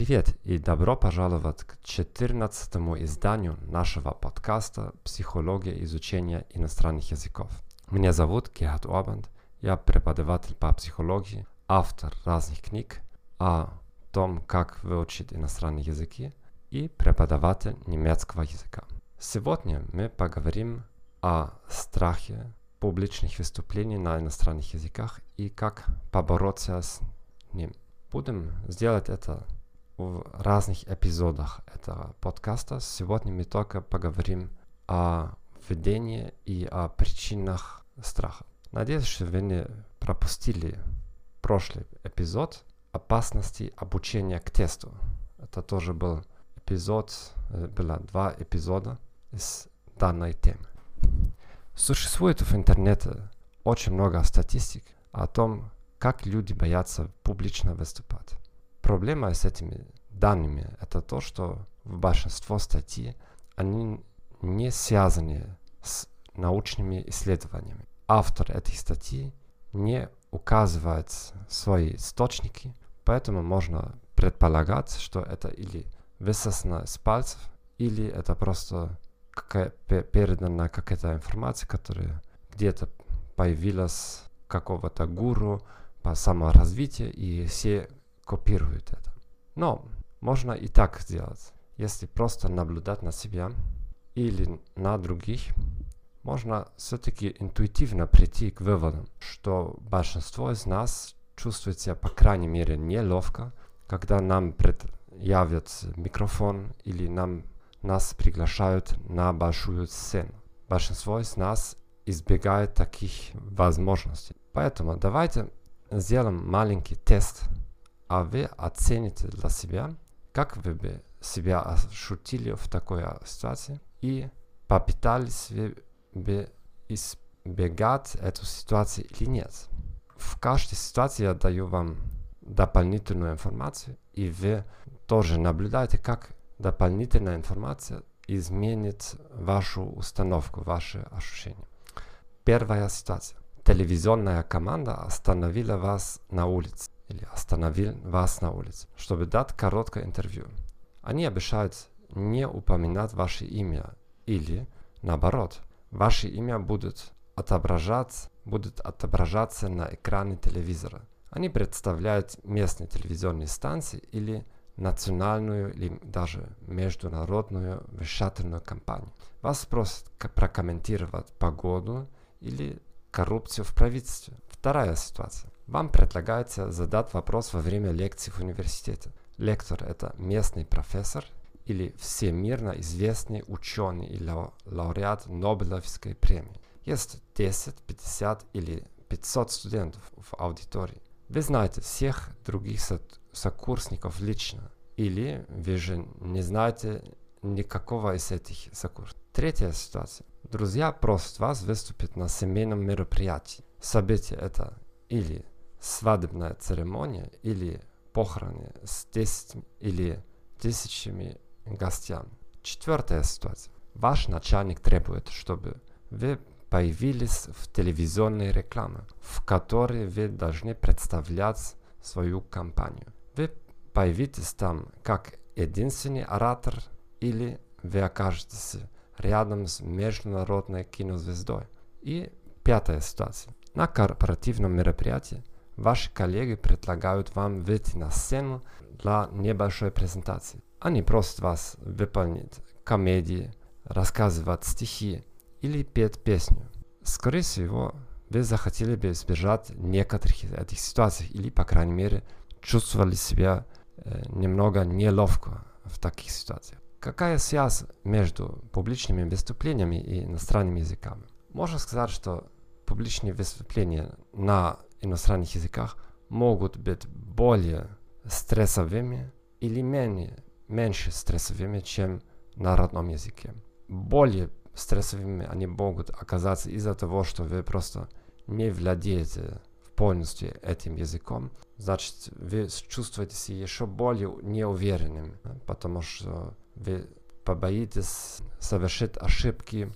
Привет и добро пожаловать к 14-му изданию нашего подкаста «Психология изучения иностранных языков». Меня зовут Gerhard Orband, я преподаватель по психологии, автор разных книг о том, как выучить иностранные языки и преподаватель немецкого языка. Сегодня мы поговорим о страхе публичных выступлений на иностранных языках и как побороться с ним. Будем сделать это в разных эпизодах этого подкаста. Сегодня мы только поговорим о введении и о причинах страха. Надеюсь, что вы не пропустили прошлый эпизод опасности обучения к тесту. Это тоже был эпизод, было 2 эпизода из данной темы. Существует в интернете очень много статистик о том, как люди боятся публично выступать. Проблема с этими данными – это то, что в большинстве статей они не связаны с научными исследованиями. Автор этих статей не указывает свои источники, поэтому можно предполагать, что это или высосано из пальцев, или это просто передана какая-то информация, которая где-то появилась какого-то гуру по саморазвитию, и все копируют это. Но можно и так сделать. Если просто наблюдать на себя или на других, можно все-таки интуитивно прийти к выводу, что большинство из нас чувствует себя, по крайней мере, неловко, когда нам предъявят микрофон или нас приглашают на большую сцену. Большинство из нас избегает таких возможностей. Поэтому давайте сделаем маленький тест, а вы оцените для себя, как вы бы себя ощутили в такой ситуации и попытались вы бы избегать эту ситуацию или нет. В каждой ситуации я даю вам дополнительную информацию, и вы тоже наблюдаете, как дополнительная информация изменит вашу установку, ваши ощущения. Первая ситуация. Телевизионная команда остановила вас на улице, или остановил вас на улице, чтобы дать короткое интервью. Они обещают не упоминать ваше имя, или, наоборот, ваше имя будет отображаться на экране телевизора. Они представляют местные телевизионные станции или национальную или даже международную вещательную компанию. Вас просят прокомментировать погоду или коррупцию в правительстве. Вторая ситуация. Вам предлагается задать вопрос во время лекции в университете. Лектор – это местный профессор или всемирно известный ученый или лауреат Нобелевской премии. Есть 10, 50 или 500 студентов в аудитории. Вы знаете всех других сокурсников лично, или вы же не знаете никакого из этих сокурсников. Третья ситуация. Друзья просят вас выступить на семейном мероприятии. Событие это или свадебная церемония, или похороны с 10 или тысячами гостями. Четвертая ситуация. Ваш начальник требует, чтобы вы появились в телевизионной рекламе, в которой вы должны представлять свою компанию. Вы появитесь там как единственный оратор, или вы окажетесь рядом с международной кинозвездой. И пятая ситуация. На корпоративном мероприятии ваши коллеги предлагают вам выйти на сцену для небольшой презентации. Они просят вас выполнить комедии, рассказывать стихи или петь песню. Скорее всего, вы захотели бы избежать некоторых этих ситуаций или, по крайней мере, чувствовали себя немного неловко в таких ситуациях. Какая связь между публичными выступлениями и иностранными языками? Можно сказать, что публичные выступления на иностранных языках могут быть более стрессовыми или меньше стрессовыми, чем на родном языке. Более стрессовыми они могут оказаться из-за того, что вы просто не владеете полностью этим языком. Значит, вы чувствуете себя еще более неуверенным, потому что вы побоитесь совершить ошибки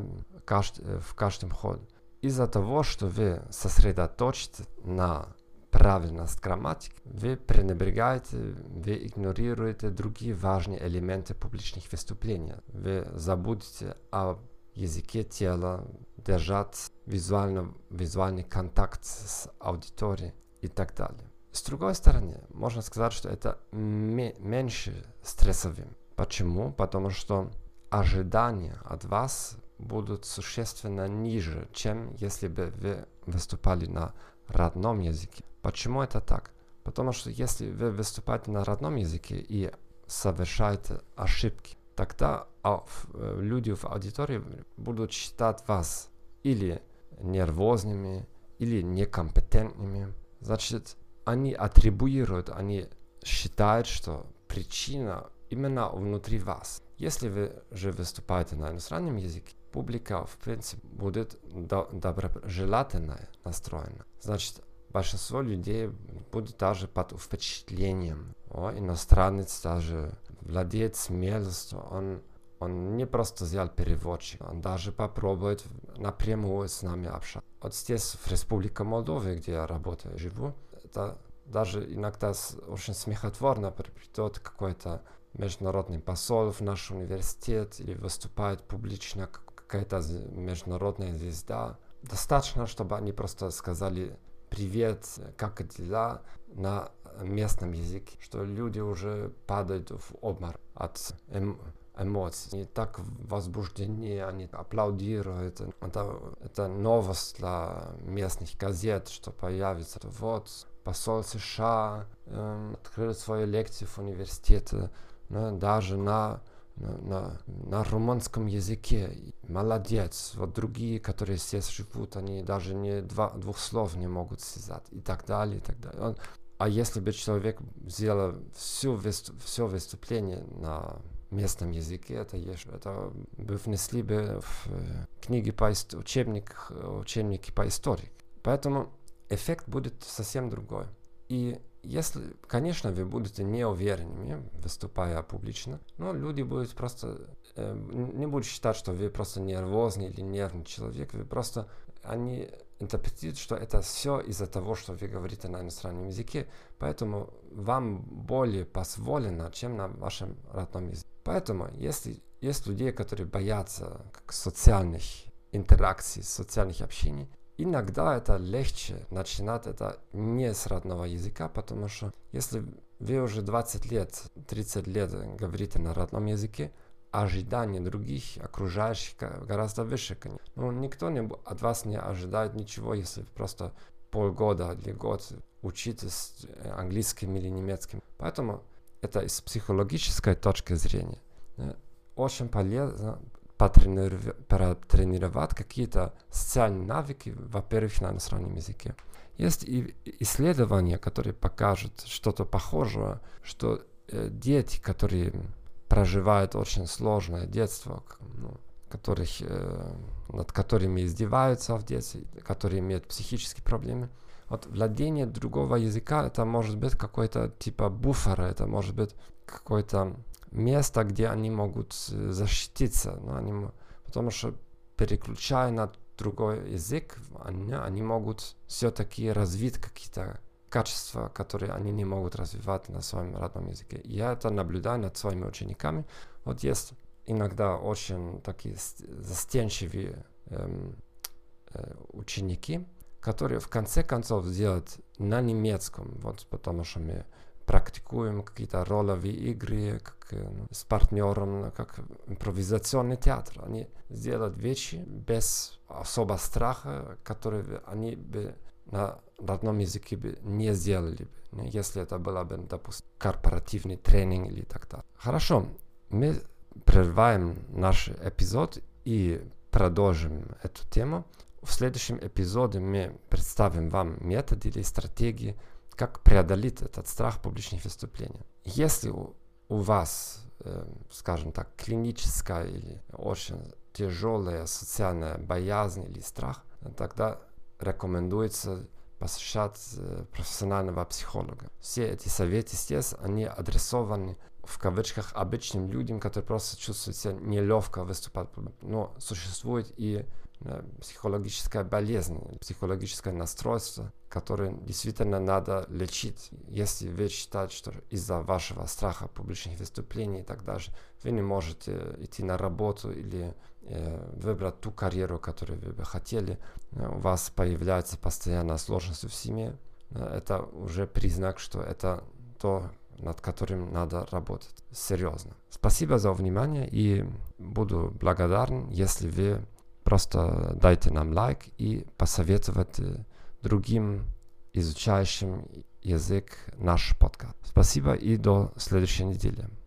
в каждом ходе. Из-за того, что вы сосредоточитесь на правильность грамматики, вы пренебрегаете, вы игнорируете другие важные элементы публичных выступлений. Вы забудете о языке тела, держать визуальный контакт с аудиторией и так далее. С другой стороны, можно сказать, что это меньше стрессовым. Почему? Потому что ожидания от вас будут существенно ниже, чем если бы вы выступали на родном языке. Почему это так? Потому что если вы выступаете на родном языке и совершаете ошибки, тогда люди в аудитории будут считать вас или нервозными, или некомпетентными. Значит, они атрибуируют, они считают, что причина именно внутри вас. Если вы же выступаете на иностранном языке, публика, в принципе, будет доброжелательно настроена. Значит, большинство людей будет даже под впечатлением. Иностранец даже владеет смелостью. Он не просто взял переводчик, он даже попробует напрямую с нами общаться. Вот здесь, в Республике Молдова, где я работаю, живу, это даже иногда очень смехотворно придет какой-то международный посол в наш университет или выступает публично какая-то международная звезда. Достаточно, чтобы они просто сказали «привет, как дела?» на местном языке, что люди уже падают в обморок от эмоций. Они так возбуждены, они аплодируют. Это новость для местных газет, что появится. Вот посол США открыл свою лекцию в университете, даже на румынском языке. Молодец. Вот другие, которые здесь живут, они даже двух слов не могут связать. И так далее, и так далее. А если бы человек сделал все выступление на местном языке, это бы внесли бы в книги по учебники по истории. Поэтому эффект будет совсем другой. И если, конечно, вы будете неуверенными, выступая публично, но люди будут просто не будут считать, что вы просто нервозный или нервный человек, они интерпретируют, что это все из-за того, что вы говорите на иностранном языке, поэтому вам более позволено, чем на вашем родном языке. Поэтому, если есть людей, которые боятся социальных интеракций, социальных общений, иногда это легче начинать это не с родного языка, потому что если вы уже 20 лет, 30 лет говорите на родном языке, ожидания других окружающих гораздо выше, конечно. Но никто от вас не ожидает ничего, если вы просто полгода или год учитесь английским или немецким. Поэтому это с психологической точки зрения очень полезно потренировать какие-то социальные навыки, во-первых, на иностранном языке. Есть и исследования, которые покажут что-то похожее, что дети, которые проживают очень сложное детство, над которыми издеваются в детстве, которые имеют психические проблемы. Вот владение другого языка, это может быть какой-то типа буфера, это может быть какое-то место, где они могут защититься, потому что переключая на другой язык, они могут все-таки развить какие-то качества, которые они не могут развивать на своем родном языке. Я это наблюдаю над своими учениками. Вот есть иногда очень такие застенчивые ученики, которые в конце концов делают на немецком, вот потому что мы практикуем какие-то ролевые игры с партнером, как импровизационный театр. Они делают вещи без особого страха, которые они бы на родном языке бы не сделали бы, если это было бы, допустим, корпоративный тренинг или так далее. Хорошо, мы прерываем наш эпизод и продолжим эту тему. В следующем эпизоде мы представим вам методы или стратегии, как преодолеть этот страх публичных выступлений. Если у вас, скажем так, клиническая или очень тяжелая социальная боязнь или страх, тогда рекомендуется посещать профессионального психолога. Все эти советы здесь, они адресованы в кавычках обычным людям, которые просто чувствуют себя неловко выступать. Но существуют и психологическая болезнь, психологическое расстройство, которое действительно надо лечить. Если вы считаете, что из-за вашего страха публичных выступлений и так далее, вы не можете идти на работу или выбрать ту карьеру, которую вы бы хотели, у вас появляется постоянная сложность в семье, это уже признак, что это то, над которым надо работать серьезно. Спасибо за внимание и буду благодарен, если вы просто дайте нам лайк и посоветуйте другим изучающим язык наш подкаст. Спасибо и до следующей недели.